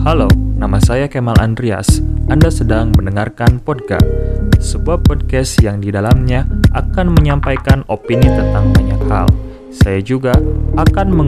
Halo, nama saya Kemal Andreas. Anda sedang mendengarkan Podcast, sebuah podcast yang di dalamnya akan menyampaikan opini tentang banyak hal. Saya juga akan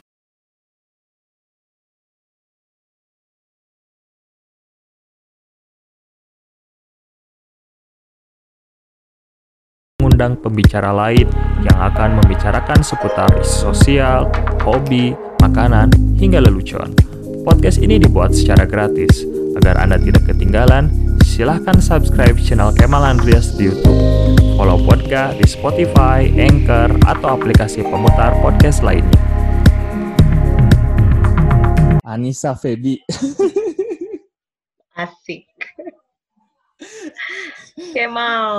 mengundang pembicara lain yang akan membicarakan seputar isu sosial, hobi, makanan, hingga lelucon. Podcast ini dibuat secara gratis. Agar Anda tidak ketinggalan, silahkan subscribe channel Kemal Andreas di YouTube. Follow podcast di Spotify, Anchor, atau aplikasi pemutar podcast lainnya. Anissa Febi. Asik. Kemal.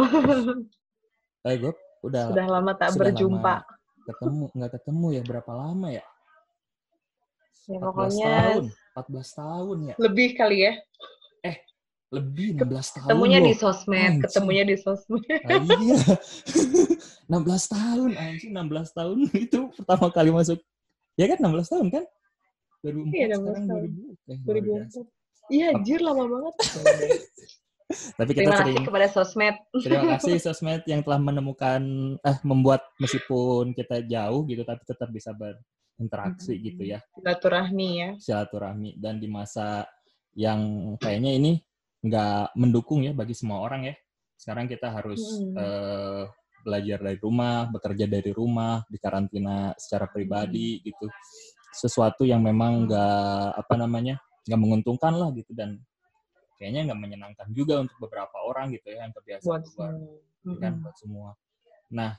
Gue Sudah lama tak berjumpa. Nggak ketemu ya, berapa lama ya? Ya 14 pokoknya tahun. 14 tahun ya? lebih kali ya. Lebih 16 tahun Ketemunya loh. di sosmed, ketemunya di sosmed. Iya. 16 tahun, anjing 16 tahun itu pertama kali masuk. Ya kan 16 tahun kan? 2004 Iya, 16 sekarang tahun. 2000. 2004. Iya, anjir lama banget. Tapi kita Terima kasih kepada sosmed. Terima kasih sosmed yang telah membuat meskipun kita jauh gitu tapi tetap bisa berinteraksi gitu ya. Silaturahmi dan di masa yang kayaknya ini nggak mendukung ya bagi semua orang ya. Sekarang kita harus belajar dari rumah, bekerja dari rumah, dikarantina secara pribadi gitu. Sesuatu yang memang nggak menguntungkan lah gitu dan kayaknya nggak menyenangkan juga untuk beberapa orang gitu ya yang terbiasa keluar kan buat semua. Nah,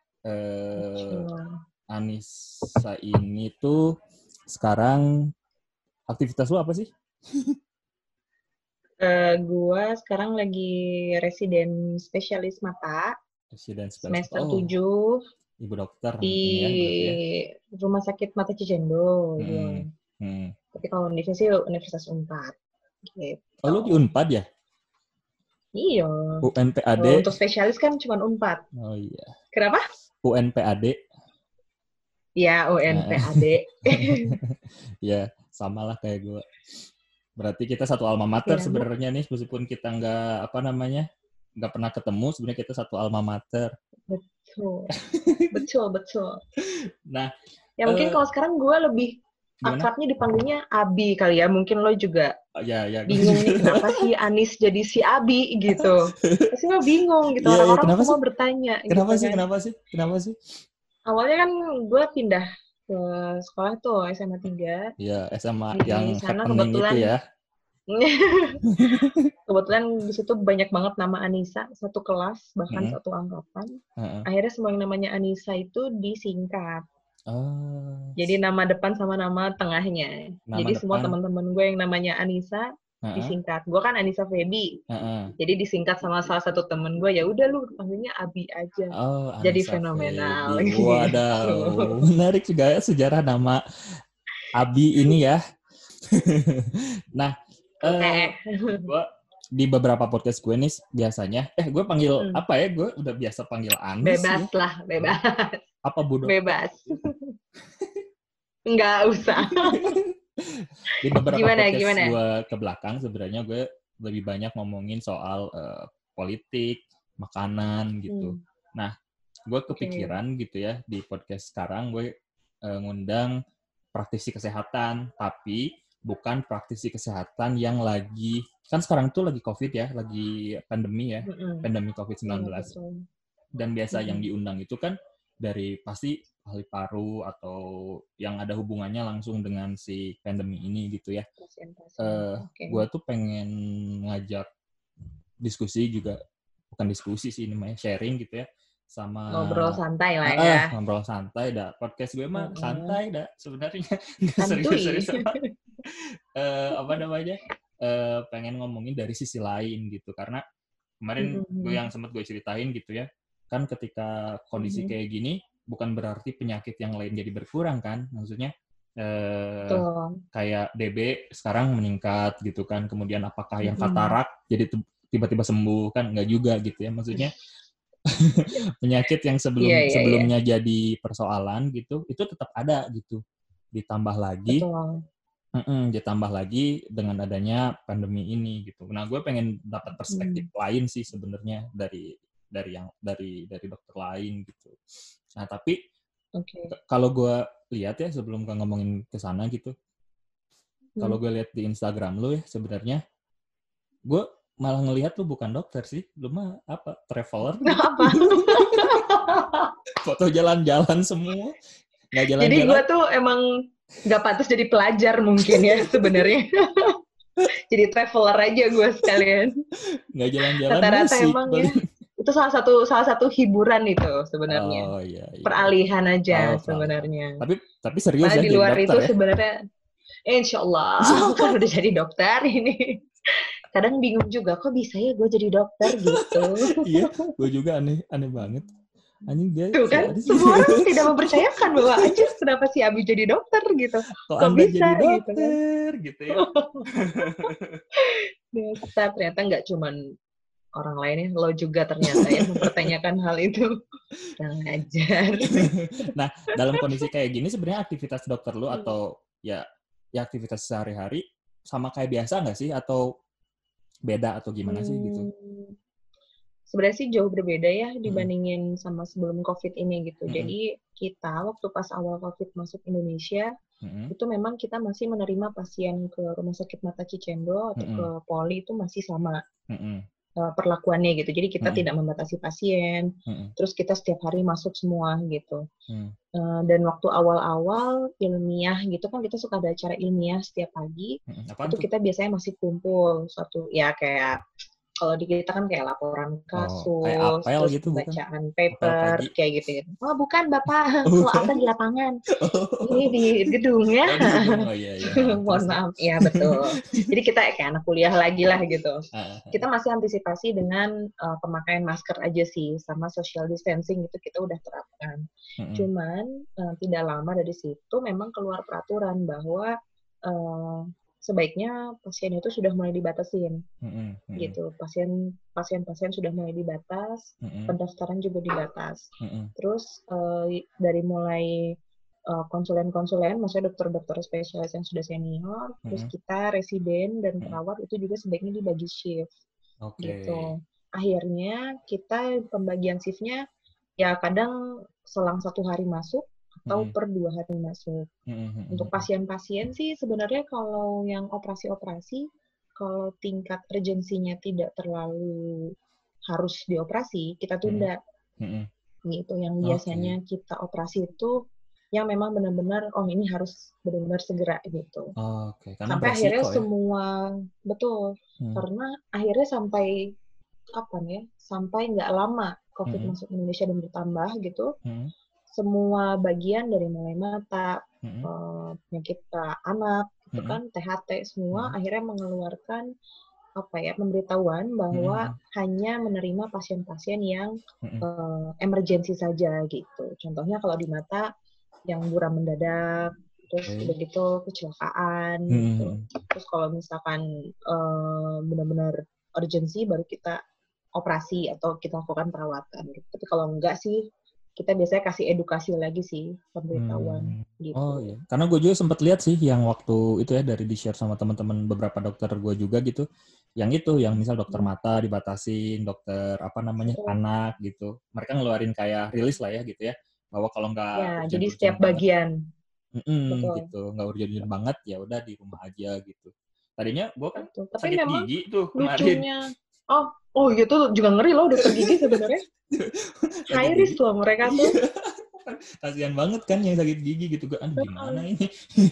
Anissa ini tuh sekarang aktivitas lu apa sih? Gua sekarang lagi residen spesialis mata. Semester 7 Ibu dokter di Rumah Sakit Mata Cicendo. Tapi kalau Universitas sih Universitas Unpad. Gitu. Oh, lu di Unpad ya? Iya. UNPAD. Kalau untuk spesialis kan cuma Unpad. Oh iya. Kenapa? UNPAD. Ya, UNPAD. Ya, samalah kayak gue. Berarti kita satu alma mater sebenarnya nih, meskipun kita nggak pernah ketemu, sebenarnya kita satu alma mater. Betul. Nah, ya mungkin kalau sekarang gue lebih akrabnya dipanggilnya Abi kali ya. Mungkin lo juga bingung nih kenapa sih Anis jadi si Abi gitu. Pasti lo bingung gitu. Orang-orang semua bertanya. Kenapa gitu, Kenapa sih? Awalnya kan gue pindah ke sekolah tuh SMA 3. Iya, SMA di yang sana happening kebetulan, itu ya. Kebetulan di situ banyak banget nama Anissa, satu kelas, bahkan satu angkatan. Akhirnya semua yang namanya Anissa itu disingkat. Jadi nama depan sama nama tengahnya. Jadi semua teman-teman gue yang namanya Anissa disingkat. Gue kan Anissa Febi. Jadi disingkat sama salah satu temen gue, ya udah lu panggilnya Abi aja. Jadi fenomenal. Gitu. Waduh, menarik juga ya sejarah nama Abi ini ya. Nah, gue di beberapa podcast gue nih biasanya, gue panggil apa ya? Gue udah biasa panggil Anis. Bebas ya. lah, bebas. Apa bodoh? Bebas. Nggak usah. Di beberapa podcast gue ke belakang sebenarnya gue lebih banyak ngomongin soal politik, makanan gitu. Nah, gue kepikiran gitu ya di podcast sekarang gue ngundang praktisi kesehatan, tapi bukan praktisi kesehatan yang lagi, kan sekarang tuh lagi COVID ya, lagi pandemi ya, pandemi COVID-19. Dan biasa yang diundang itu kan dari pasti ahli paru atau yang ada hubungannya langsung dengan si pandemi ini gitu ya. Gue tuh pengen ngajak diskusi juga, bukan diskusi sih namanya, sharing gitu ya, sama ngobrol santai lah ya. Ngobrol santai dah. Podcast gue mah santai dah sebenarnya. Santuy. Serius. Pengen ngomongin dari sisi lain gitu, karena kemarin gue yang sempat gue ceritain gitu ya, kan ketika kondisi kayak gini bukan berarti penyakit yang lain jadi berkurang kan, maksudnya kayak DB sekarang meningkat gitu kan, kemudian apakah yang katarak jadi tiba-tiba sembuh kan, nggak juga gitu ya, maksudnya penyakit yang sebelumnya jadi persoalan gitu itu tetap ada gitu, ditambah lagi Ditambah lagi dengan adanya pandemi ini gitu. Nah, gue pengen dapat perspektif lain sih sebenarnya dari dokter lain gitu. Nah, tapi kalau gue lihat ya sebelum gue ngomongin ke sana gitu, kalau gue lihat di Instagram lu ya sebenarnya, gue malah ngelihat lu bukan dokter sih, lu mah apa? Traveler. Apa? Foto jalan-jalan semua, nggak jalan-jalan. Jadi gue tuh emang nggak pantas jadi pelajar mungkin ya sebenarnya. Jadi traveler aja gue sekalian. Nggak jalan-jalan. Rata-rata emang ya. Itu salah satu hiburan itu sebenarnya. Oh iya. Peralihan aja sebenarnya. Tapi serius ya. Di luar jadi itu dokter, ya? Sebenarnya, insya Allah kan udah jadi dokter ini. Kadang bingung juga, kok bisa ya gue jadi dokter gitu. Iya, gue juga aneh banget. Anjing dia. Tuh kan, semua orang tidak mempercayakan bahwa anjir kenapa si Abi jadi dokter gitu. Kok Anda bisa jadi dokter gitu ya. Ternyata nggak cuman orang lain ya, lo juga ternyata ya mempertanyakan hal itu. Yang ngajar. Nah, dalam kondisi kayak gini sebenarnya aktivitas dokter lo atau ya aktivitas sehari-hari sama kayak biasa nggak sih? Atau beda atau gimana sih gitu? Sebenarnya sih jauh berbeda ya dibandingin sama sebelum COVID ini gitu. Jadi kita waktu pas awal COVID masuk Indonesia, itu memang kita masih menerima pasien ke Rumah Sakit Mata Cicendo atau ke Poli itu masih sama perlakuannya gitu. Jadi kita tidak membatasi pasien, terus kita setiap hari masuk semua gitu. Dan waktu awal-awal ilmiah gitu kan kita suka ada acara ilmiah setiap pagi. Itu kita biasanya masih kumpul suatu ya kayak kalau di kita kan kayak laporan kasus, kayak apel terus gitu, bacaan paper, kayak gitu. Oh bukan Bapak, kalau apel di lapangan. Ini di gedung ya. Oh iya. Mohon maaf, ya betul. Jadi kita kayak anak kuliah lagi lah gitu. Kita masih antisipasi dengan pemakaian masker aja sih, sama social distancing itu kita udah terapkan. Cuman tidak lama dari situ memang keluar peraturan bahwa sebaiknya pasien itu sudah mulai dibatasin, gitu. Pasien sudah mulai dibatas, pendaftaran juga dibatas. Terus dari mulai konsulen, maksudnya dokter-dokter spesialis yang sudah senior, terus kita residen dan perawat itu juga sebaiknya dibagi shift, gitu. Akhirnya kita pembagian shiftnya ya kadang selang 1 hari masuk atau per 2 hari masuk. Untuk pasien-pasien sih sebenarnya kalau yang operasi-operasi, kalau tingkat urgensinya tidak terlalu harus dioperasi, kita tunda. Gitu. Yang biasanya kita operasi itu yang memang benar-benar, oh ini harus benar-benar segera gitu. Sampai akhirnya semua, betul. Karena akhirnya sampai kapan ya? Sampai nggak lama COVID masuk Indonesia dan bertambah gitu. Semua bagian dari mulai mata, penyakit anak, itu kan THT semua akhirnya mengeluarkan pemberitahuan bahwa hanya menerima pasien-pasien yang emergensi saja gitu. Contohnya kalau di mata yang buram mendadak, terus udah gitu kecelakaan gitu. Terus kalau misalkan benar-benar urgensi baru kita operasi atau kita lakukan perawatan gitu. Tapi kalau enggak sih kita biasanya kasih edukasi lagi sih, pemberitahuan gitu. Oh iya, karena gue juga sempat lihat sih yang waktu itu ya dari di-share sama teman-teman beberapa dokter gue juga gitu. Yang misal dokter mata dibatasin, dokter anak gitu. Mereka ngeluarin kayak rilis lah ya gitu ya. Bahwa kalau nggak ya, jadi setiap bagian gitu, nggak urgent banget ya udah di rumah aja gitu. Tadinya gue kan sakit gigi tuh kemarin. Lucunya, oh gitu juga ngeri loh dokter gigi sebenarnya. High risk loh mereka tuh. Kasihan banget kan yang sakit gigi gitu kan, gimana ini?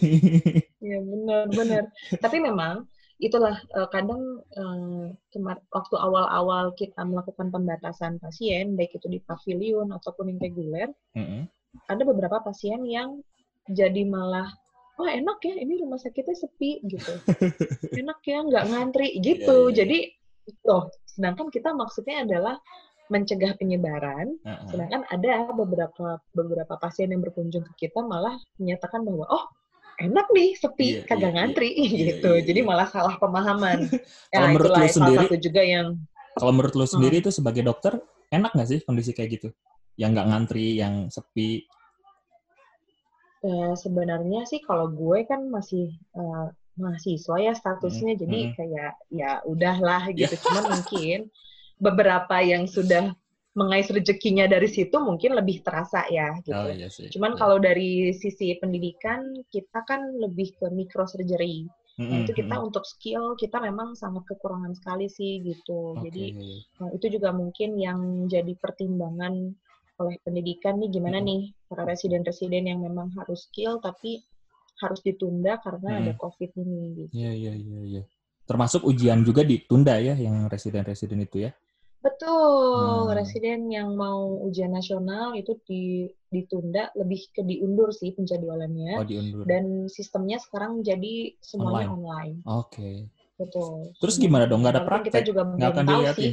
Ya benar. Tapi memang itulah kadang waktu awal-awal kita melakukan pembatasan pasien, baik itu di pavilion ataupun yang reguler, ada beberapa pasien yang jadi malah, wah enak ya, ini rumah sakitnya sepi gitu, enak ya nggak ngantri gitu. Jadi sedangkan kita maksudnya adalah mencegah penyebaran, sedangkan ada beberapa pasien yang berkunjung ke kita malah menyatakan bahwa enak nih sepi, kagak ngantri gitu. Jadi malah salah pemahaman. Kalau menurut lu sendiri, satu juga yang kalau menurut lu sendiri itu sebagai dokter enak nggak sih kondisi kayak gitu, yang nggak ngantri, yang sepi? Sebenarnya sih kalau gue kan masih mahasiswa ya statusnya, jadi kayak ya udahlah gitu. Cuman mungkin beberapa yang sudah mengais rezekinya dari situ mungkin lebih terasa ya gitu. Oh, iya sih. Cuman kalau dari sisi pendidikan kita kan lebih ke microsurgery. Nah itu kita untuk skill kita memang sangat kekurangan sekali sih gitu. Jadi itu juga mungkin yang jadi pertimbangan oleh pendidikan nih, gimana nih para residen-residen yang memang harus skill tapi harus ditunda karena ada COVID ini. Gitu. Iya. Termasuk ujian juga ditunda ya, yang residen-residen itu ya? Betul, residen yang mau ujian nasional itu ditunda, lebih ke diundur sih penjadwalannya. Oh, diundur. Dan sistemnya sekarang jadi semuanya online. Oke. Betul. Terus gimana dong? Nggak ada praktek? Kita juga nggak akan tahu dilihatin? sih.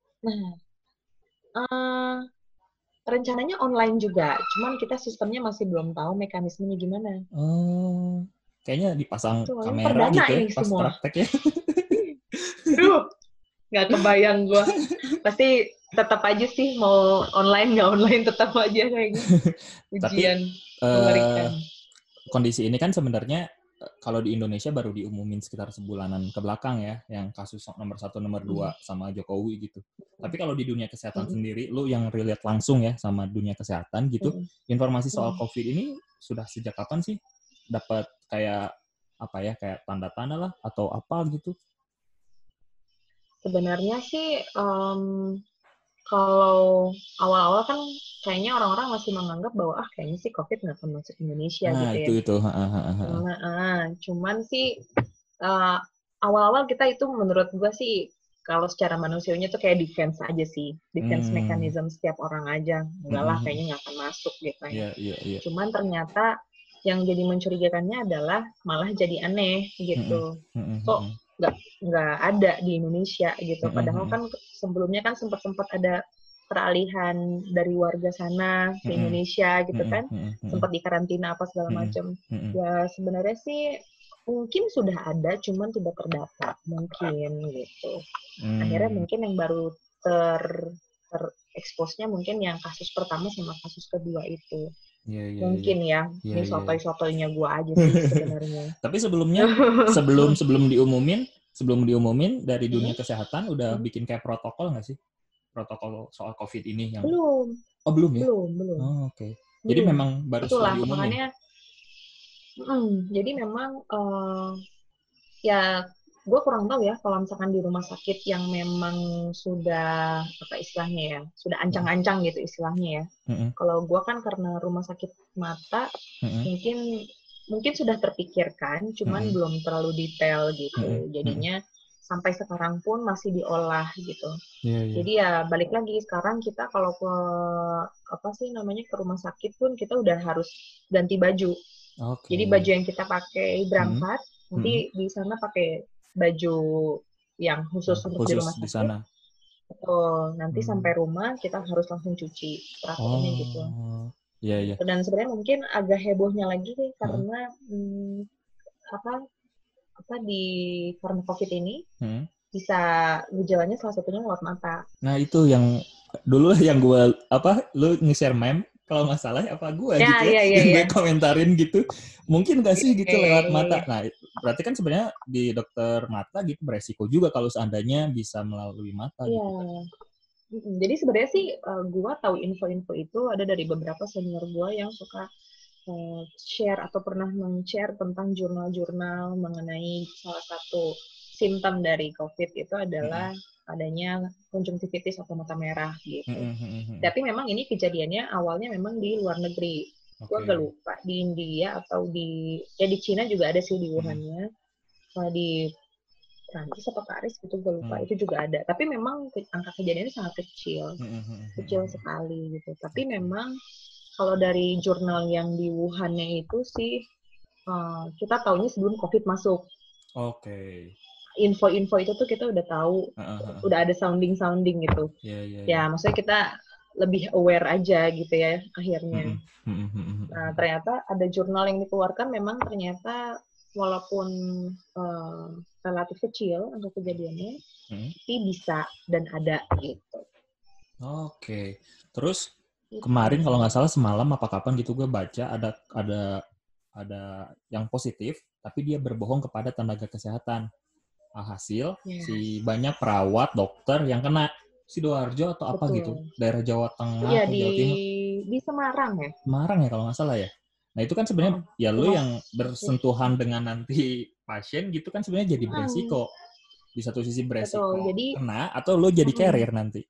Nah, rencananya online juga, cuman kita sistemnya masih belum tahu mekanismenya gimana. Oh, kayaknya dipasang kamera gitu ya pas semua. Praktek ya. Aduh, nggak kebayang gue. Pasti tetap aja sih mau online nggak online tetap aja kayaknya ujian. Tapi kondisi ini kan sebenarnya kalau di Indonesia baru diumumin sekitar sebulanan ke belakang ya, yang kasus nomor 1, nomor 2 sama Jokowi gitu. Tapi kalau di dunia kesehatan sendiri, lu yang relate langsung ya sama dunia kesehatan gitu, informasi soal COVID ini sudah sejak kapan sih dapat kayak apa ya, kayak tanda-tanda lah atau apa gitu? Sebenarnya sih kalau awal-awal kan kayaknya orang-orang masih menganggap bahwa kayaknya sih COVID nggak akan masuk Indonesia gitu ya. Itu. Cuman sih awal-awal kita itu menurut gue sih kalau secara manusianya tuh kayak defense aja sih, defense mechanism setiap orang aja. Enggak lah, kayaknya nggak akan masuk gitu ya. Cuman ternyata yang jadi mencurigakannya adalah malah jadi aneh gitu. Kok nggak ada di Indonesia gitu. Padahal kan sebelumnya kan sempat ada peralihan dari warga sana ke Indonesia gitu kan, sempat dikarantina apa segala macam. Ya sebenarnya sih mungkin sudah ada, cuman tidak terdata mungkin gitu. Akhirnya mungkin yang baru tereksposnya mungkin yang kasus pertama sama kasus kedua itu. Mungkin ya, ini sotoy-sotoynya gue aja sih sebenarnya. Tapi sebelumnya, sebelum diumumin dari dunia kesehatan udah bikin kayak protokol nggak sih? Protokol soal COVID ini yang belum. Oh, belum ya? Belum. Oh, oke. Jadi memang baru setelah diumumin. Makanya, jadi memang ya gue kurang tahu ya kalau misalkan di rumah sakit yang memang sudah apa istilahnya ya, sudah ancang-ancang gitu istilahnya ya. Kalau gue kan karena rumah sakit mata mungkin sudah terpikirkan, cuman belum terlalu detail gitu. Jadinya sampai sekarang pun masih diolah gitu. Jadi ya balik lagi sekarang kita kalau ke ke rumah sakit pun kita udah harus ganti baju. Jadi baju yang kita pakai berangkat nanti di sana pakai baju yang khusus untuk di rumah sakit. Di sana. Betul. Nanti sampai rumah kita harus langsung cuci peraturannya gitu. Iya. Dan sebenarnya mungkin agak hebohnya lagi karena karena COVID ini bisa gejalanya salah satunya lewat mata. Nah itu yang dulu yang gue lu nge-share meme kalau nggak salah apa gue gitu ya, yang gue komentarin gitu, mungkin nggak sih gitu lewat mata. Nah berarti kan sebenarnya di dokter mata gitu beresiko juga kalau seandainya bisa melalui mata gitu. Jadi sebenarnya sih gue tahu info-info itu ada dari beberapa senior gue yang suka share atau pernah men-share tentang jurnal-jurnal mengenai salah satu simptom dari COVID itu adalah adanya konjungtivitis atau mata merah gitu. Tapi memang ini kejadiannya awalnya memang di luar negeri. Gue agak lupa di India atau di Cina juga ada sih di Wuhan-nya. Di Prancis atau Paris gitu gue lupa, itu juga ada. Tapi memang angka kejadiannya sangat kecil. Kecil sekali gitu. Tapi memang kalau dari jurnal yang di Wuhan-nya itu sih kita taunya sebelum COVID masuk. Info-info itu tuh kita udah tahu, udah ada sounding gitu. Ya, maksudnya kita lebih aware aja gitu ya akhirnya. Nah, ternyata ada jurnal yang dikeluarkan memang ternyata walaupun relatif kecil angka kejadiannya, tapi bisa dan ada gitu. Terus kemarin kalau nggak salah semalam apa kapan gitu gue baca ada yang positif tapi dia berbohong kepada tenaga kesehatan. Hasil si banyak perawat, dokter yang kena. Sidoarjo atau apa gitu, daerah Jawa Tengah atau Jawa Timur. Di Semarang ya? Semarang ya kalau nggak salah ya. Nah itu kan sebenarnya ya lu yang bersentuhan dengan nanti pasien gitu kan sebenarnya jadi beresiko. Di satu sisi beresiko kena atau lu jadi carrier nanti.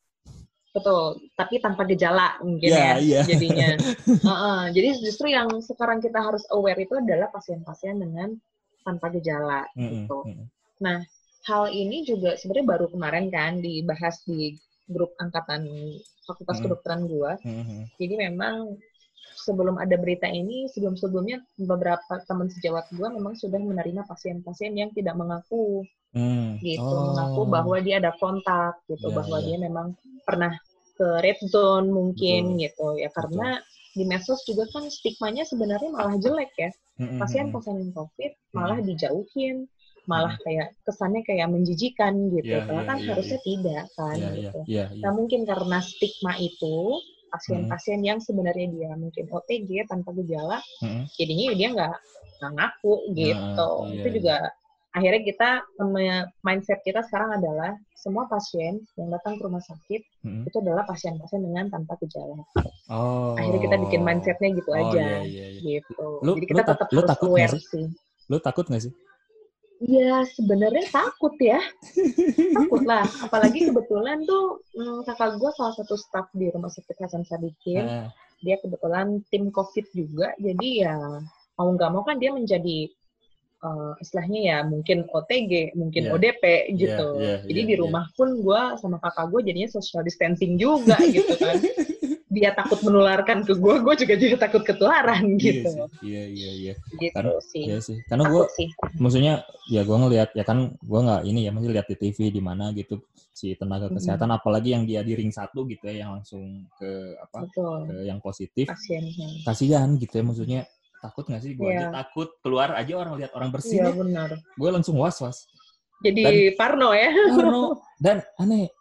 Betul, tapi tanpa gejala mungkin jadinya. Jadi justru yang sekarang kita harus aware itu adalah pasien-pasien dengan tanpa gejala gitu. Nah, hal ini juga sebenarnya baru kemarin kan dibahas di grup angkatan Fakultas Kedokteran gua. Jadi memang sebelum ada berita ini, sebelum-sebelumnya beberapa teman sejawat gua memang sudah menerima pasien-pasien yang tidak mengaku gitu, mengaku bahwa dia ada kontak gitu, bahwa dia memang pernah ke red zone mungkin gitu ya, karena di medsos juga kan stigmanya sebenarnya malah jelek ya. Pasien-pasien COVID malah dijauhin, malah kayak kesannya kayak menjijikan gitu, karena kan harusnya tidak kan gitu. Nah mungkin karena stigma itu, pasien-pasien yang sebenarnya dia mungkin OTG tanpa gejala, jadinya dia nggak ngaku gitu. Itu juga akhirnya kita, mindset kita sekarang adalah semua pasien yang datang ke rumah sakit itu adalah pasien-pasien dengan tanpa gejala. Akhirnya kita bikin mindsetnya gitu aja, gitu. Jadi kita tetap harus aware sih. Lu takut nggak sih? Iya, sebenarnya takut ya. Takut lah. Apalagi kebetulan tuh kakak gue salah satu staf di Rumah Sakit Hasan Sadikin. Dia kebetulan tim COVID juga. Jadi ya mau nggak mau kan dia menjadi istilahnya ya mungkin OTG, mungkin ODP gitu. Jadi di rumah pun gue sama kakak gue jadinya social distancing juga gitu kan. Dia takut menularkan ke gue juga takut ketularan gitu. Iya. Gitu karena, sih. Iya sih. Karena gue, maksudnya ya gue ngelihat ya kan gue nggak ini ya, masih lihat di TV di mana gitu si tenaga kesehatan, apalagi yang dia di ring 1 gitu ya, yang langsung ke ke yang positif. Kasihan gitu ya, maksudnya takut nggak sih? Gue aja takut keluar aja orang lihat orang bersih. Iya benar. Gue langsung was-was. Jadi parno ya. Parno dan aneh.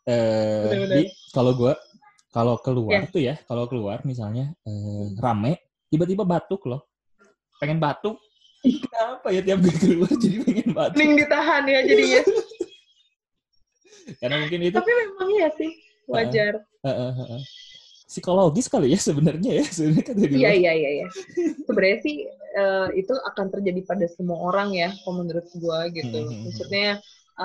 Kalau keluar tuh ya, kalau keluar misalnya rame, tiba-tiba batuk loh. Pengen batuk. Kenapa ya tiap gue keluar jadi pengen batuk? Mending ditahan ya jadinya. Karena mungkin itu. Tapi memang iya sih, wajar. Psikologis kali ya sebenarnya ya. Iya. Sebenarnya sih itu akan terjadi pada semua orang ya, kalau menurut gue gitu. Maksudnya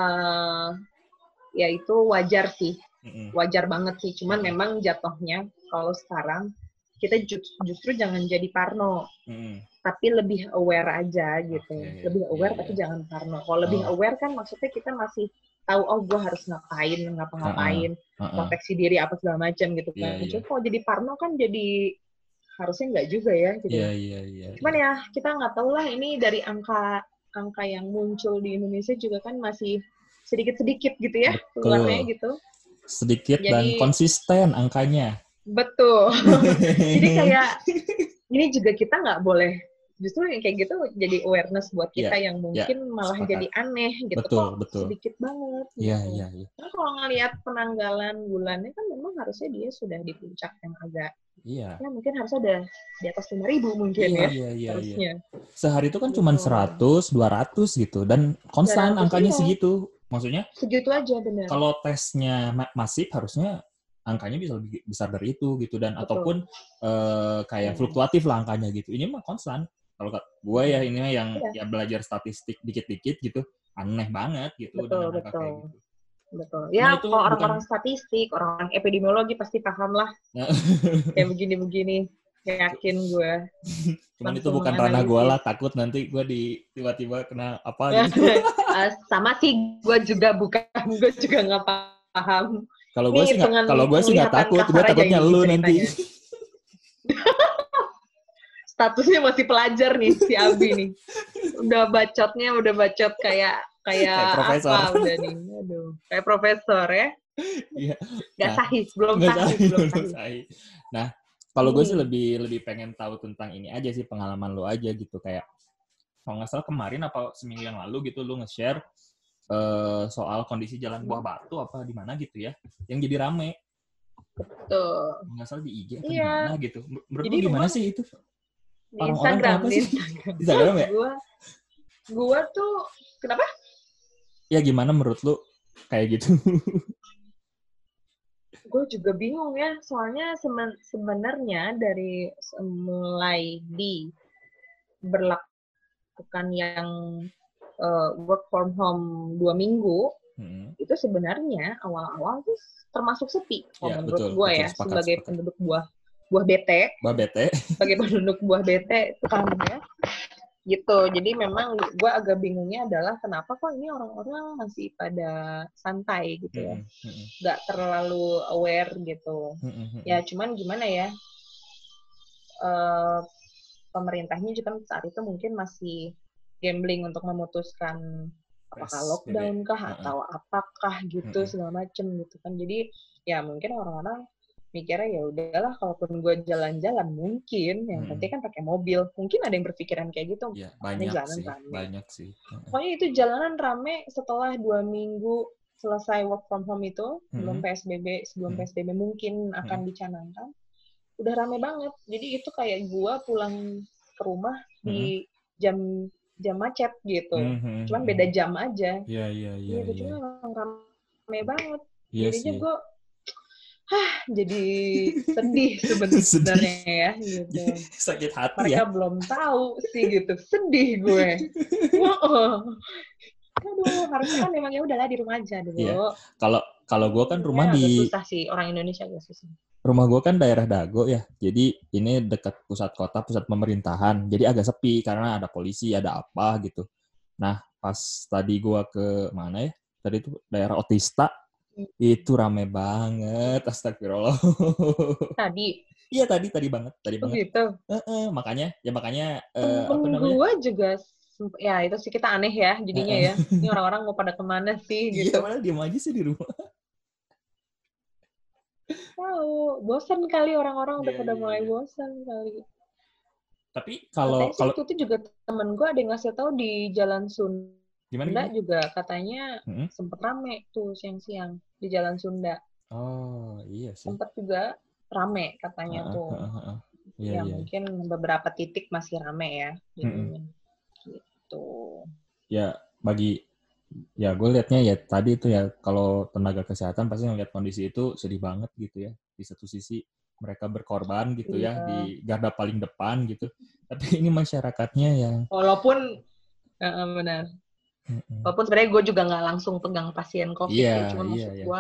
ya itu wajar sih. Wajar banget sih, cuman memang jatuhnya kalau sekarang kita justru jangan jadi parno, tapi lebih aware aja gitu. Lebih aware tapi jangan parno. Kalau lebih aware kan maksudnya kita masih tahu gue harus ngapa-ngapain, proteksi diri apa segala macam gitu kan. Cuma kalau jadi parno kan jadi harusnya nggak juga ya gitu. Cuman ya kita nggak tahu lah, ini dari angka yang muncul di Indonesia juga kan masih sedikit-sedikit gitu ya keluarnya gitu. Sedikit dan konsisten angkanya. Betul. Jadi kayak ini juga kita nggak boleh, justru yang kayak gitu jadi awareness buat kita yang mungkin malah jadi aneh gitu. Betul. Sedikit banget. Iya. Karena kalau ngelihat penanggalan bulannya kan memang harusnya dia sudah di puncak yang agak ya mungkin harusnya ada di atas 5.000 mungkin harusnya. Sehari itu kan cuma 100, 200 gitu dan konstan angkanya segitu. Maksudnya segitu aja benar. Kalau tesnya masif harusnya angkanya bisa lebih besar dari itu gitu, dan ataupun kayak fluktuatif lah angkanya gitu. Ini mah konstan. Kalau gue ya ini yang ya belajar statistik dikit-dikit gitu, aneh banget gitu. Betul. Ya kalau orang-orang statistik, orang epidemiologi pasti paham lah. Kayak begini-begini. Yakin gue. Cuman itu bukan ranah gue lah, takut nanti gue tiba-tiba kena apa gitu. Sama sih, gue juga nggak paham. Kalau gue sih nggak takut, gue takutnya lu nanti. Statusnya masih pelajar nih si Abi nih. Udah bacot kayak profesor. Apa udah nih. Aduh, kayak profesor ya. Iya. Belum sahih. Nah, kalau gue sih lebih pengen tahu tentang ini aja sih, pengalaman lo aja gitu, kayak kalau nggak salah kemarin apa seminggu yang lalu gitu lo nge-share soal kondisi Jalan Buah Batu apa di mana gitu ya, yang jadi rame. Betul. Nggak salah di IG atau di mana gitu. Menurut lo gimana sih itu? Orang-orang kenapa sih? Instagram ya? Gua tuh kenapa? Ya gimana menurut lu kayak gitu? Gue juga bingung ya, soalnya sebenarnya dari mulai berlakukan yang work from home 2 minggu, itu sebenarnya awal-awal tuh termasuk sepi. Ya, menurut betul, gue betul, ya, sepakat, sebagai sepakat. penduduk buah bete. Sebagai penduduk buah bete, kan ya. Gitu. Jadi memang gue agak bingungnya adalah kenapa kok ini orang-orang masih pada santai gitu ya. Nggak terlalu aware gitu. Ya cuman gimana ya, pemerintahnya juga saat itu mungkin masih gambling untuk memutuskan apakah lockdown kah atau apakah gitu segala macem gitu kan. Jadi ya mungkin orang-orang mikirnya ya udahlah, kalaupun gue jalan-jalan mungkin yang penting kan pakai mobil. Mungkin ada yang berpikiran kayak gitu. Ya, banyak sih. Pokoknya itu jalanan rame setelah 2 minggu selesai work from home itu, sebelum PSBB mungkin akan dicanangkan. Udah rame banget. Jadi itu kayak gue pulang ke rumah di jam macet gitu. Cuman beda jam aja. Iya. Gitu, cuma rame banget. Iya jadinya sih. Gue jadi sedih sebenarnya ya gitu. Sakit hati. Mereka belum tahu sih gitu. Sedih gue. Aduh, harusnya kan memang ya udahlah di rumah aja dulu. Iya. Kalau gue kan rumah agak susah sih, orang Indonesia agak susah. Rumah gue kan daerah Dago ya, jadi ini dekat pusat kota, pusat pemerintahan, jadi agak sepi karena ada polisi, ada apa gitu. Nah, pas tadi gue ke mana ya? Tadi itu daerah Otista, itu rame banget, astagfirullah. Tadi? Iya tadi banget, Gitu. Makanya apa namanya? Gue juga, ya itu sih kita aneh ya jadinya ya. Ini orang-orang mau pada kemana sih gitu? Iya, malah diem aja sih di rumah. Tahu, bosan kali orang-orang udah pada mulai bosan kali. Tapi kalau itu juga temen gue ada yang ngasih tahu di Jalan Sunda. Sunda juga katanya sempet rame tuh siang-siang di Jalan Sunda. Oh iya sih. Sempet juga rame katanya tuh. Ya mungkin beberapa titik masih rame ya. Gitu. Ya gue liatnya ya tadi itu ya, kalau tenaga kesehatan pasti ngeliat kondisi itu sedih banget gitu ya. Di satu sisi mereka berkorban gitu ya di garda paling depan gitu. Tapi ini masyarakatnya yang walaupun benar. Walaupun sebenarnya gue juga nggak langsung pegang pasien COVID, cuma maksud gue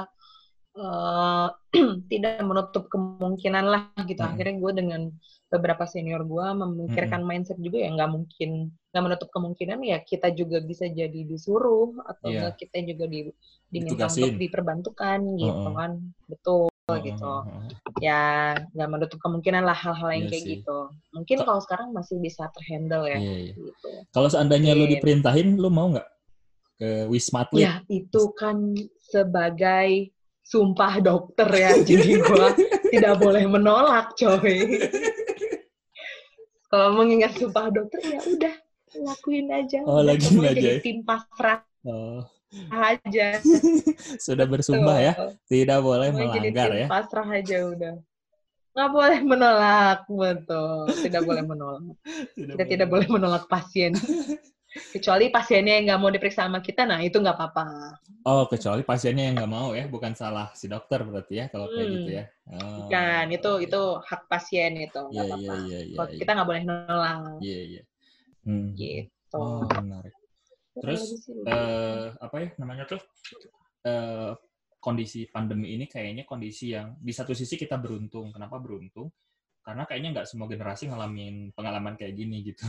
tidak menutup kemungkinan lah gitu. Akhirnya gue dengan beberapa senior gue memikirkan mindset juga ya, nggak menutup kemungkinan ya kita juga bisa jadi disuruh atau nggak kita juga diminta untuk diperbantukan gitu kan. Betul gitu. Ya nggak menutup kemungkinan lah hal-hal yang kayak gitu. Mungkin kalau sekarang masih bisa terhandle ya. Gitu. Kalau seandainya lu diperintahin, lu mau nggak ke Wisma Atlet? Ya itu kan sebagai sumpah dokter ya, jadi gue tidak boleh menolak, coy. Kalau mengingat sumpah dokter ya udah lakuin aja. Udah semua jadi tim pasrah aja. Sudah bersumpah ya, tidak boleh melanggar jadi tim ya. Pasrah aja udah. Nggak boleh menolak, betul. Tidak boleh menolak. Kita tidak boleh menolak pasien. Kecuali pasiennya yang nggak mau diperiksa sama kita, nah itu nggak apa-apa. Oh, kecuali pasiennya yang nggak mau ya, bukan salah si dokter berarti ya, kalau kayak gitu ya. Bukan, itu hak pasien itu, nggak apa-apa. Kalau kita nggak boleh nolak. Iya. Gitu. Oh, menarik. Terus, apa ya namanya tuh, kondisi pandemi ini kayaknya kondisi yang di satu sisi kita beruntung. Kenapa beruntung? Karena kayaknya nggak semua generasi ngalamin pengalaman kayak gini gitu.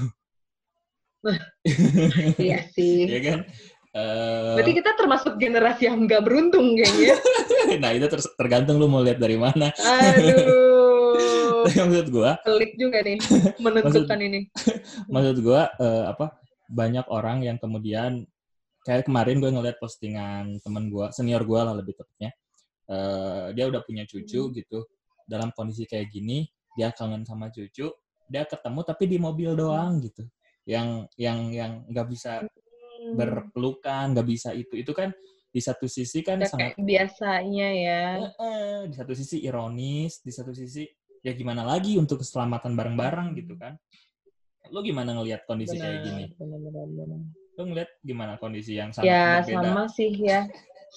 Iya sih. Iya kan? Berarti kita termasuk generasi yang nggak beruntung kayaknya. Nah itu tergantung lu mau lihat dari mana. Aduh. Maksud gue. Pelik juga nih menentukan ini. Maksud gue banyak orang yang kemudian kayak kemarin gue ngeliat postingan temen gue, senior gue lah lebih tepatnya. Dia udah punya cucu gitu. Dalam kondisi kayak gini, dia kangen sama cucu. Dia ketemu tapi di mobil doang gitu. Yang nggak bisa berpelukan, nggak bisa itu kan di satu sisi kan sangat kayak biasanya ya. Di satu sisi ironis, di satu sisi ya gimana lagi untuk keselamatan bareng-bareng gitu kan. Lo gimana ngelihat kondisi kayak gini? Benar. Lo ngeliat gimana kondisi yang sangat ya, berbeda? sama sih ya.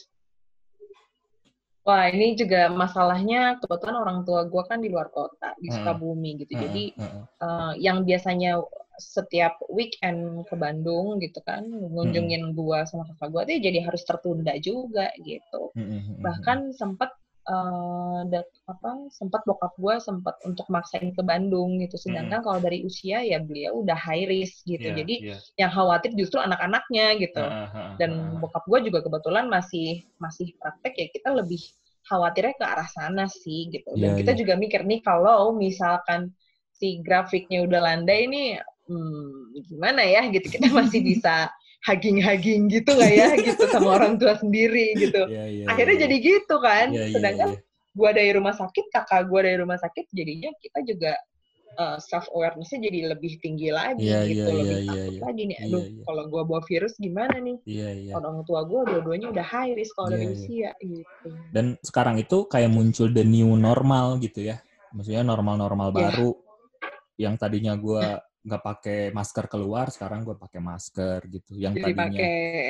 Wah, ini juga masalahnya kebetulan orang tua gue kan di luar kota, di Sukabumi gitu. Jadi yang biasanya setiap weekend ke Bandung gitu kan, ngunjungin gue sama kakak gue tuh jadi harus tertunda juga gitu. Bahkan sempat sempat bokap gue sempat untuk maksain ke Bandung gitu. Sedangkan kalau dari usia ya beliau udah high risk gitu. Jadi yang khawatir justru anak-anaknya gitu. Dan bokap gue juga kebetulan masih praktek ya, kita lebih khawatirnya ke arah sana sih gitu. Dan kita juga mikir nih kalau misalkan si grafiknya udah landai nih, gimana ya gitu, kita masih bisa hugging gitu nggak ya gitu sama orang tua sendiri gitu. Akhirnya jadi gitu kan. Sedangkan gue dari rumah sakit, kakak gue dari rumah sakit, jadinya kita juga self awareness-nya jadi lebih tinggi lagi gitu, lebih takut lagi nih. Aduh, kalau gue bawa virus gimana nih? Orang tua gue dua-duanya udah high risk kalau dari usia gitu. Dan sekarang itu kayak muncul the new normal gitu ya. Maksudnya normal-normal baru. Yang tadinya gue nggak pakai masker keluar, sekarang gue pakai masker gitu. Yang jadi tadinya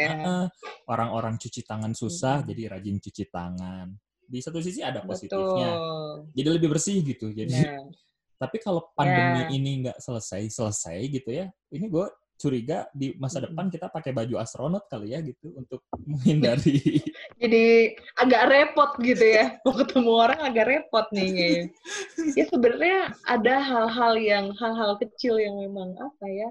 orang-orang cuci tangan susah, jadi rajin cuci tangan. Di satu sisi ada positifnya, jadi lebih bersih gitu. Jadi tapi kalau pandemi ini nggak selesai gitu ya, ini gue curiga di masa depan kita pakai baju astronot kali ya gitu untuk menghindari. Jadi agak repot gitu ya, mau ketemu orang agak repot nih. Ya sebenarnya ada hal-hal kecil yang memang apa ya,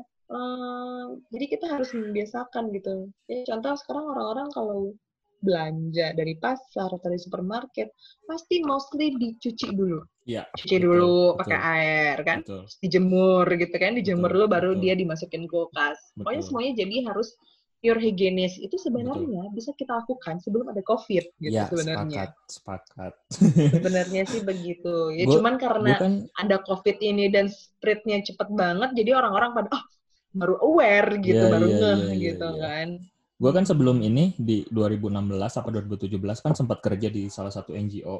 jadi kita harus membiasakan gitu. Ya, contoh sekarang orang-orang kalau belanja dari pasar atau dari supermarket pasti mostly dicuci dulu. Cuci dulu pakai air kan, dijemur gitu kan, dijemur dulu baru dia dimasukin kulkas. Pokoknya semuanya jadi harus pure higienis. Itu sebenarnya bisa kita lakukan sebelum ada COVID gitu sebenarnya. Sepakat. Sebenarnya sih begitu. Ya cuman karena ada COVID ini dan spread-nya cepet banget, jadi orang-orang pada baru aware gitu, baru ngeh gitu kan. Gue kan sebelum ini di 2016 atau 2017 kan sempat kerja di salah satu NGO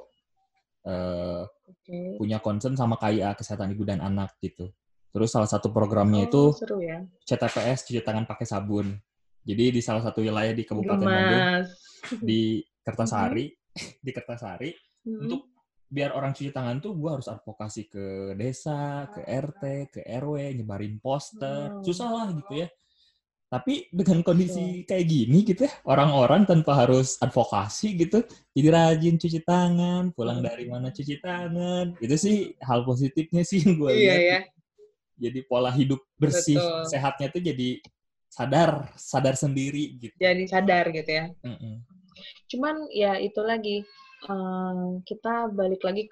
punya concern sama KIA, kesehatan ibu dan anak gitu. Terus salah satu programnya itu seru ya. CTPS, cuci tangan pakai sabun. Jadi di salah satu wilayah di Kabupaten Bandung, di Kertasari, untuk biar orang cuci tangan tuh gue harus advokasi ke desa, ke RT, ke RW, nyebarin poster, susah lah gitu ya. Tapi dengan kondisi kayak gini gitu ya, orang-orang tanpa harus advokasi gitu, jadi rajin cuci tangan, pulang dari mana cuci tangan. Itu sih hal positifnya sih yang gue lihat. Ya. Jadi pola hidup bersih, sehatnya tuh jadi sadar sendiri gitu. Jadi sadar gitu ya. Cuman ya itu lagi, kita balik lagi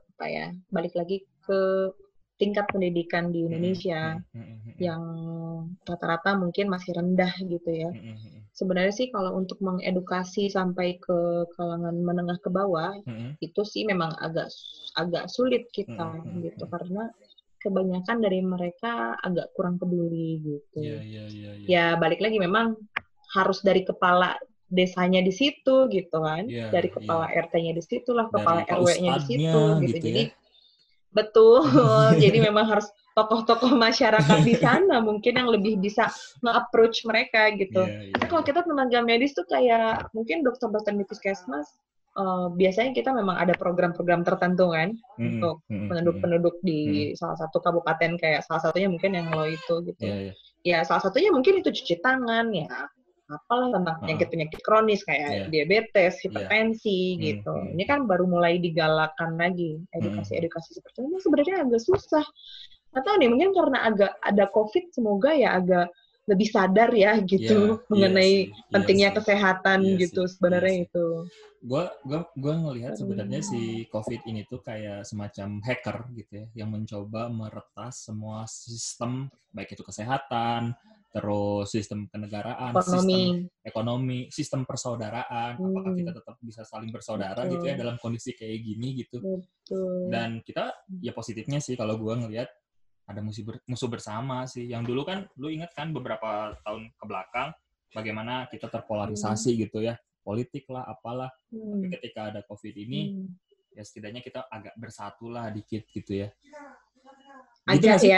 ke tingkat pendidikan di Indonesia yang rata-rata mungkin masih rendah gitu ya. Sebenarnya sih kalau untuk mengedukasi sampai ke kalangan menengah ke bawah, itu sih memang agak sulit kita gitu, karena kebanyakan dari mereka agak kurang peduli gitu. Ya balik lagi memang harus dari kepala desanya di situ gitu kan, dari kepala RT-nya di situ lah, kepala RW-nya di situ gitu. Jadi betul, jadi memang harus tokoh-tokoh masyarakat di sana mungkin yang lebih bisa nge-approach mereka gitu. Tapi kalau kita tenaga medis tuh kayak mungkin dokter-dokter di puskesmas, biasanya kita memang ada program-program tertentu kan untuk penduduk-penduduk di salah satu kabupaten, kayak salah satunya mungkin yang lo itu gitu. Ya salah satunya mungkin itu cuci tangan ya, apalah tentang penyakit-penyakit kronis kayak diabetes, hipertensi gitu. Ini kan baru mulai digalakan lagi edukasi seperti ini. Sebenarnya agak susah. Atau nih mungkin karena agak ada COVID, semoga ya agak lebih sadar ya gitu mengenai pentingnya kesehatan gitu sebenarnya itu. Gue ngelihat sebenarnya si COVID ini tuh kayak semacam hacker gitu ya, yang mencoba meretas semua sistem, baik itu kesehatan, terus sistem kenegaraan, sistem ekonomi, sistem persaudaraan. Apakah kita tetap bisa saling bersaudara gitu ya dalam kondisi kayak gini gitu. Dan kita ya positifnya sih kalau gue ngelihat ada musuh bersama sih. Yang dulu kan, lu ingat kan beberapa tahun ke belakang bagaimana kita terpolarisasi gitu ya, politik lah, apalah. Tapi ketika ada COVID ini, ya setidaknya kita agak bersatu lah dikit gitu ya. Agak gitu ya.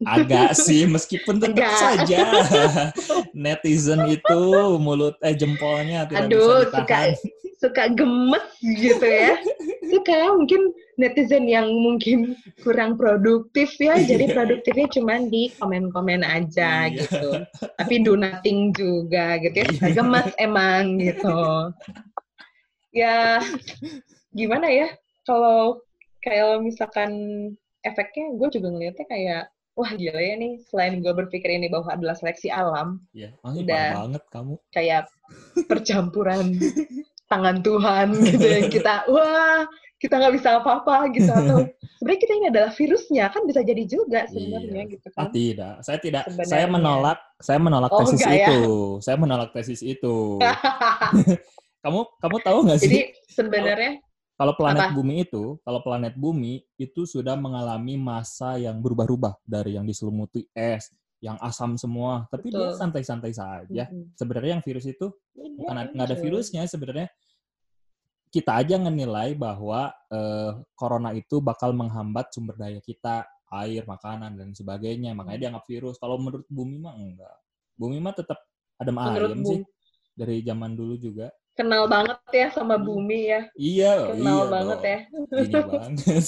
Agak sih, meskipun tetap saja netizen itu jempolnya tidak bisa ditahan. Suka gemes gitu ya. Itu kayak mungkin netizen yang mungkin kurang produktif ya, jadi produktifnya cuma di komen-komen aja gitu. Tapi do nothing juga gitu ya, suka gemes emang gitu. Ya, gimana ya, kalau misalkan efeknya, gue juga ngeliatnya kayak, wah gila ya nih, selain gue berpikir ini bahwa adalah seleksi alam, udah banget kamu. Kayak percampuran tangan Tuhan gitu yang kita nggak bisa apa-apa gitu, atau sebenarnya kita ini adalah virusnya, kan bisa jadi juga sebenarnya gitu kan. Tidak, saya menolak tesis itu. Ya? Saya menolak tesis itu. kamu tahu nggak sih? Jadi sebenarnya kalau planet bumi itu sudah mengalami masa yang berubah-ubah dari yang diselimuti es, yang asam semua, tapi dia santai-santai saja. Sebenarnya yang virus itu bukan nggak ada virusnya sebenarnya. Kita aja ngenilai bahwa corona itu bakal menghambat sumber daya kita, air, makanan dan sebagainya. Makanya dianggap virus. Kalau menurut bumi mah enggak. Bumi mah tetap adem ayem sih dari zaman dulu juga. Kenal banget ya sama bumi ya. Iya, kenal banget dong. Ya. Gini banget.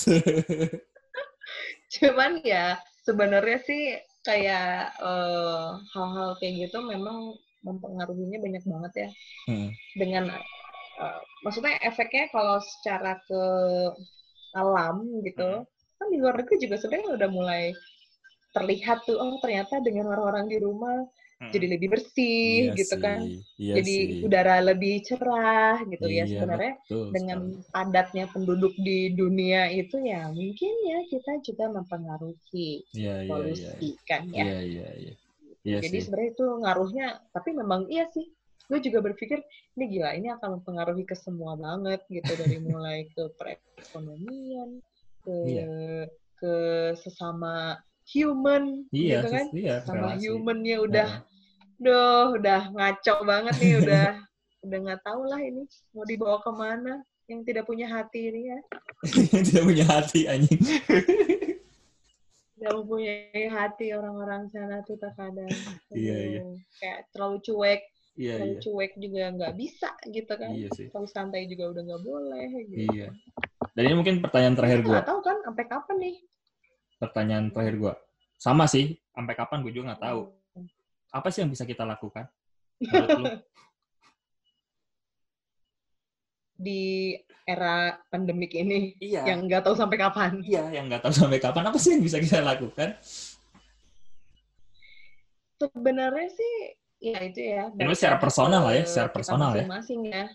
Cuman ya sebenarnya sih kayak hal-hal kayak gitu memang mempengaruhinya banyak banget ya. Dengan maksudnya efeknya kalau secara ke alam gitu, kan di luar negeri juga sebenarnya udah mulai terlihat tuh, ternyata dengan orang-orang di rumah jadi lebih bersih gitu kan. Jadi udara lebih cerah gitu ya sebenarnya. Dengan padatnya penduduk di dunia itu ya mungkin ya kita juga mempengaruhi polusi kan ya. Jadi sebenarnya itu ngaruhnya, tapi memang iya sih. Gue juga berpikir ini gila, ini akan mempengaruhi ke semua banget gitu, dari mulai ke perekonomian, ke sesama human gitu kan. Sama humannya udah ngaco banget nih, udah nggak tahu lah ini mau dibawa kemana yang tidak punya hati ini ya. Tidak punya hati anjing. Tidak mempunyai hati orang-orang sana tuh terkadang. Kayak terlalu cuek. Terlalu cuek juga nggak bisa gitu kan. Terlalu santai juga udah nggak boleh gitu. Dan ini mungkin pertanyaan terakhir gue. Nggak tahu kan sampai kapan nih? Pertanyaan terakhir gue. Sama sih, sampai kapan gue juga nggak tahu. Apa sih yang bisa kita lakukan menurut lu? Di era pandemik ini, yang nggak tahu sampai kapan. Yang nggak tahu sampai kapan. Apa sih yang bisa kita lakukan? Sebenarnya sih, ya itu ya. Ini secara personal lah ya, secara personal masing-masing ya.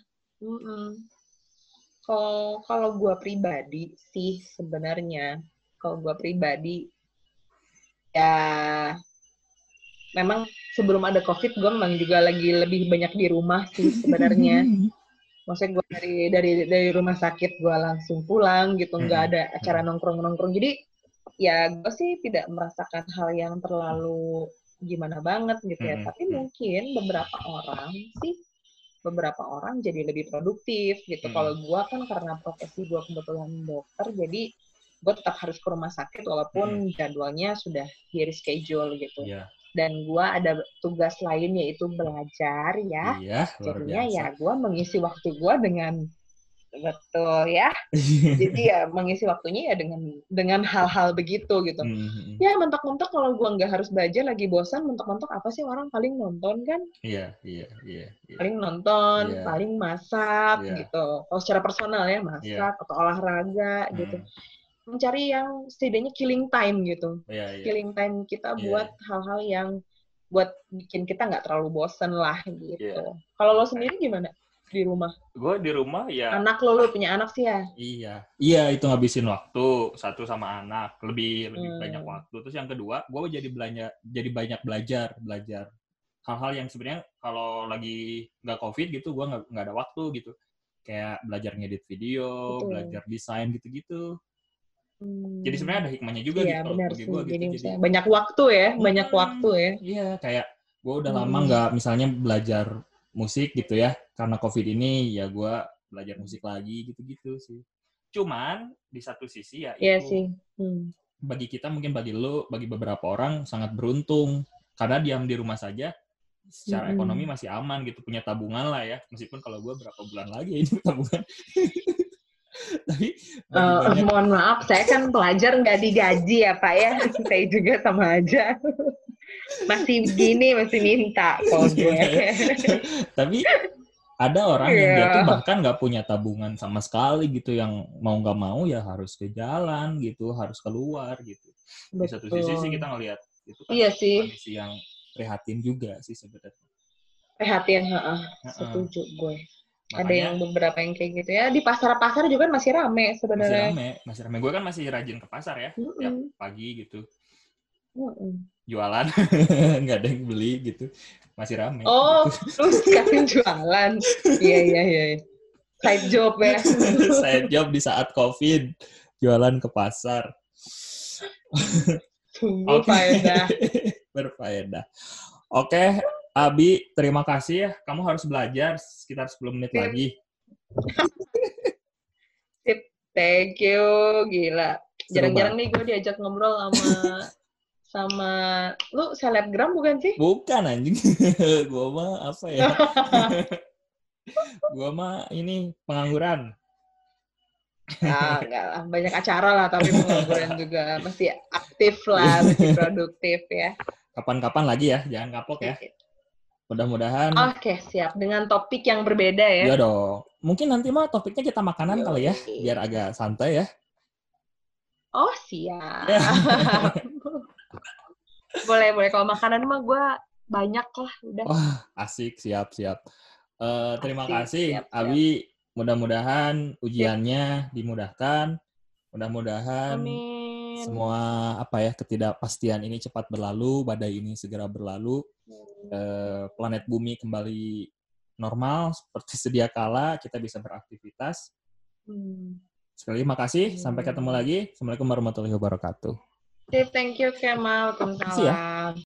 Kalau gue pribadi sih sebenarnya, ya memang sebelum ada COVID gue memang juga lagi lebih banyak di rumah sih sebenarnya. Maksudnya gue dari rumah sakit gue langsung pulang gitu, nggak ada acara nongkrong. Jadi ya gue sih tidak merasakan hal yang terlalu gimana banget gitu ya. Tapi mungkin beberapa orang jadi lebih produktif gitu. Kalau gue kan karena profesi gue kebetulan dokter, jadi gue tetap harus ke rumah sakit walaupun jadwalnya sudah di reschedule gitu. Dan gue ada tugas lain yaitu belajar ya. Jadinya ya gue mengisi waktu gue dengan betul ya. Jadi ya mengisi waktunya ya dengan hal-hal begitu gitu. Ya mentok-mentok kalau gue nggak harus belajar lagi bosan, mentok-mentok apa sih orang paling nonton kan? Iya. Paling nonton, paling masak gitu. Kalau secara personal ya masak atau olahraga gitu. Mencari yang setidaknya killing time gitu. Killing time kita buat hal-hal yang buat bikin kita nggak terlalu bosen lah gitu. Kalau lo sendiri gimana di rumah? Gue di rumah ya. Anak lo punya anak sih ya? Iya itu ngabisin waktu satu sama anak, lebih banyak waktu. Terus yang kedua, gue jadi banyak belajar hal-hal yang sebenarnya kalau lagi nggak COVID gitu, gue nggak ada waktu gitu. Kayak belajar ngedit video, belajar desain gitu-gitu. Jadi sebenarnya ada hikmahnya juga gitu kalau bagi gue gitu. Jadi banyak waktu ya, Iya, kayak gue udah lama nggak misalnya belajar musik gitu ya, karena COVID ini ya gue belajar musik lagi gitu-gitu sih. Cuman di satu sisi ya itu bagi kita, mungkin bagi lu, bagi beberapa orang sangat beruntung karena diam di rumah saja secara ekonomi masih aman gitu, punya tabungan lah ya, meskipun kalau gue berapa bulan lagi ini tabungan. Tapi mohon maaf, saya kan pelajar nggak digaji ya Pak ya, saya juga sama aja. Masih gini, masih minta kalau gue. Tapi ada orang yang dia tuh bahkan nggak punya tabungan sama sekali gitu, yang mau nggak mau ya harus ke jalan gitu, harus keluar gitu. Di satu sisi sih kita ngelihat itu kan kondisi yang prihatin juga sih sebenarnya. Prihatin, setuju gue. Makanya, ada yang beberapa yang kayak gitu ya. Di pasar-pasar juga masih rame sebenarnya. Masih rame. Gue kan masih rajin ke pasar ya, tiap pagi gitu. Jualan, nggak ada yang beli gitu. Masih rame. Oh, gitu. Lu sekarang jualan. Iya. Side job ya. Side job di saat COVID. Jualan ke pasar. Sungguh faedah. Berfaedah. Oke, Abi, terima kasih ya. Kamu harus belajar sekitar 10 menit lagi. Sip, thank you. Gila. Jarang-jarang nih gue diajak ngobrol sama lu selebgram bukan sih? Bukan anjing. Gua mah apa ya? Gua mah ini pengangguran. Enggak lah, banyak acara lah, tapi pengangguran juga masih aktif lah, masih produktif ya. Kapan-kapan lagi ya, jangan kapok ya. Mudah-mudahan. Oke, siap. Dengan topik yang berbeda ya. Iya dong. Mungkin nanti mah topiknya kita makanan kali ya, biar agak santai ya. Oh, siap. Boleh. Kalau makanan mah gue banyak lah, udah. Wah, asik. Siap. Terima kasih, Abi. Mudah-mudahan ujiannya dimudahkan. Mudah-mudahan semua ketidakpastian ini cepat berlalu, badai ini segera berlalu, planet bumi kembali normal seperti sedia kala, kita bisa beraktivitas. Sekali lagi makasih, sampai ketemu lagi. Assalamualaikum warahmatullahi wabarakatuh. Thank you Kemal, waalaikumsalam.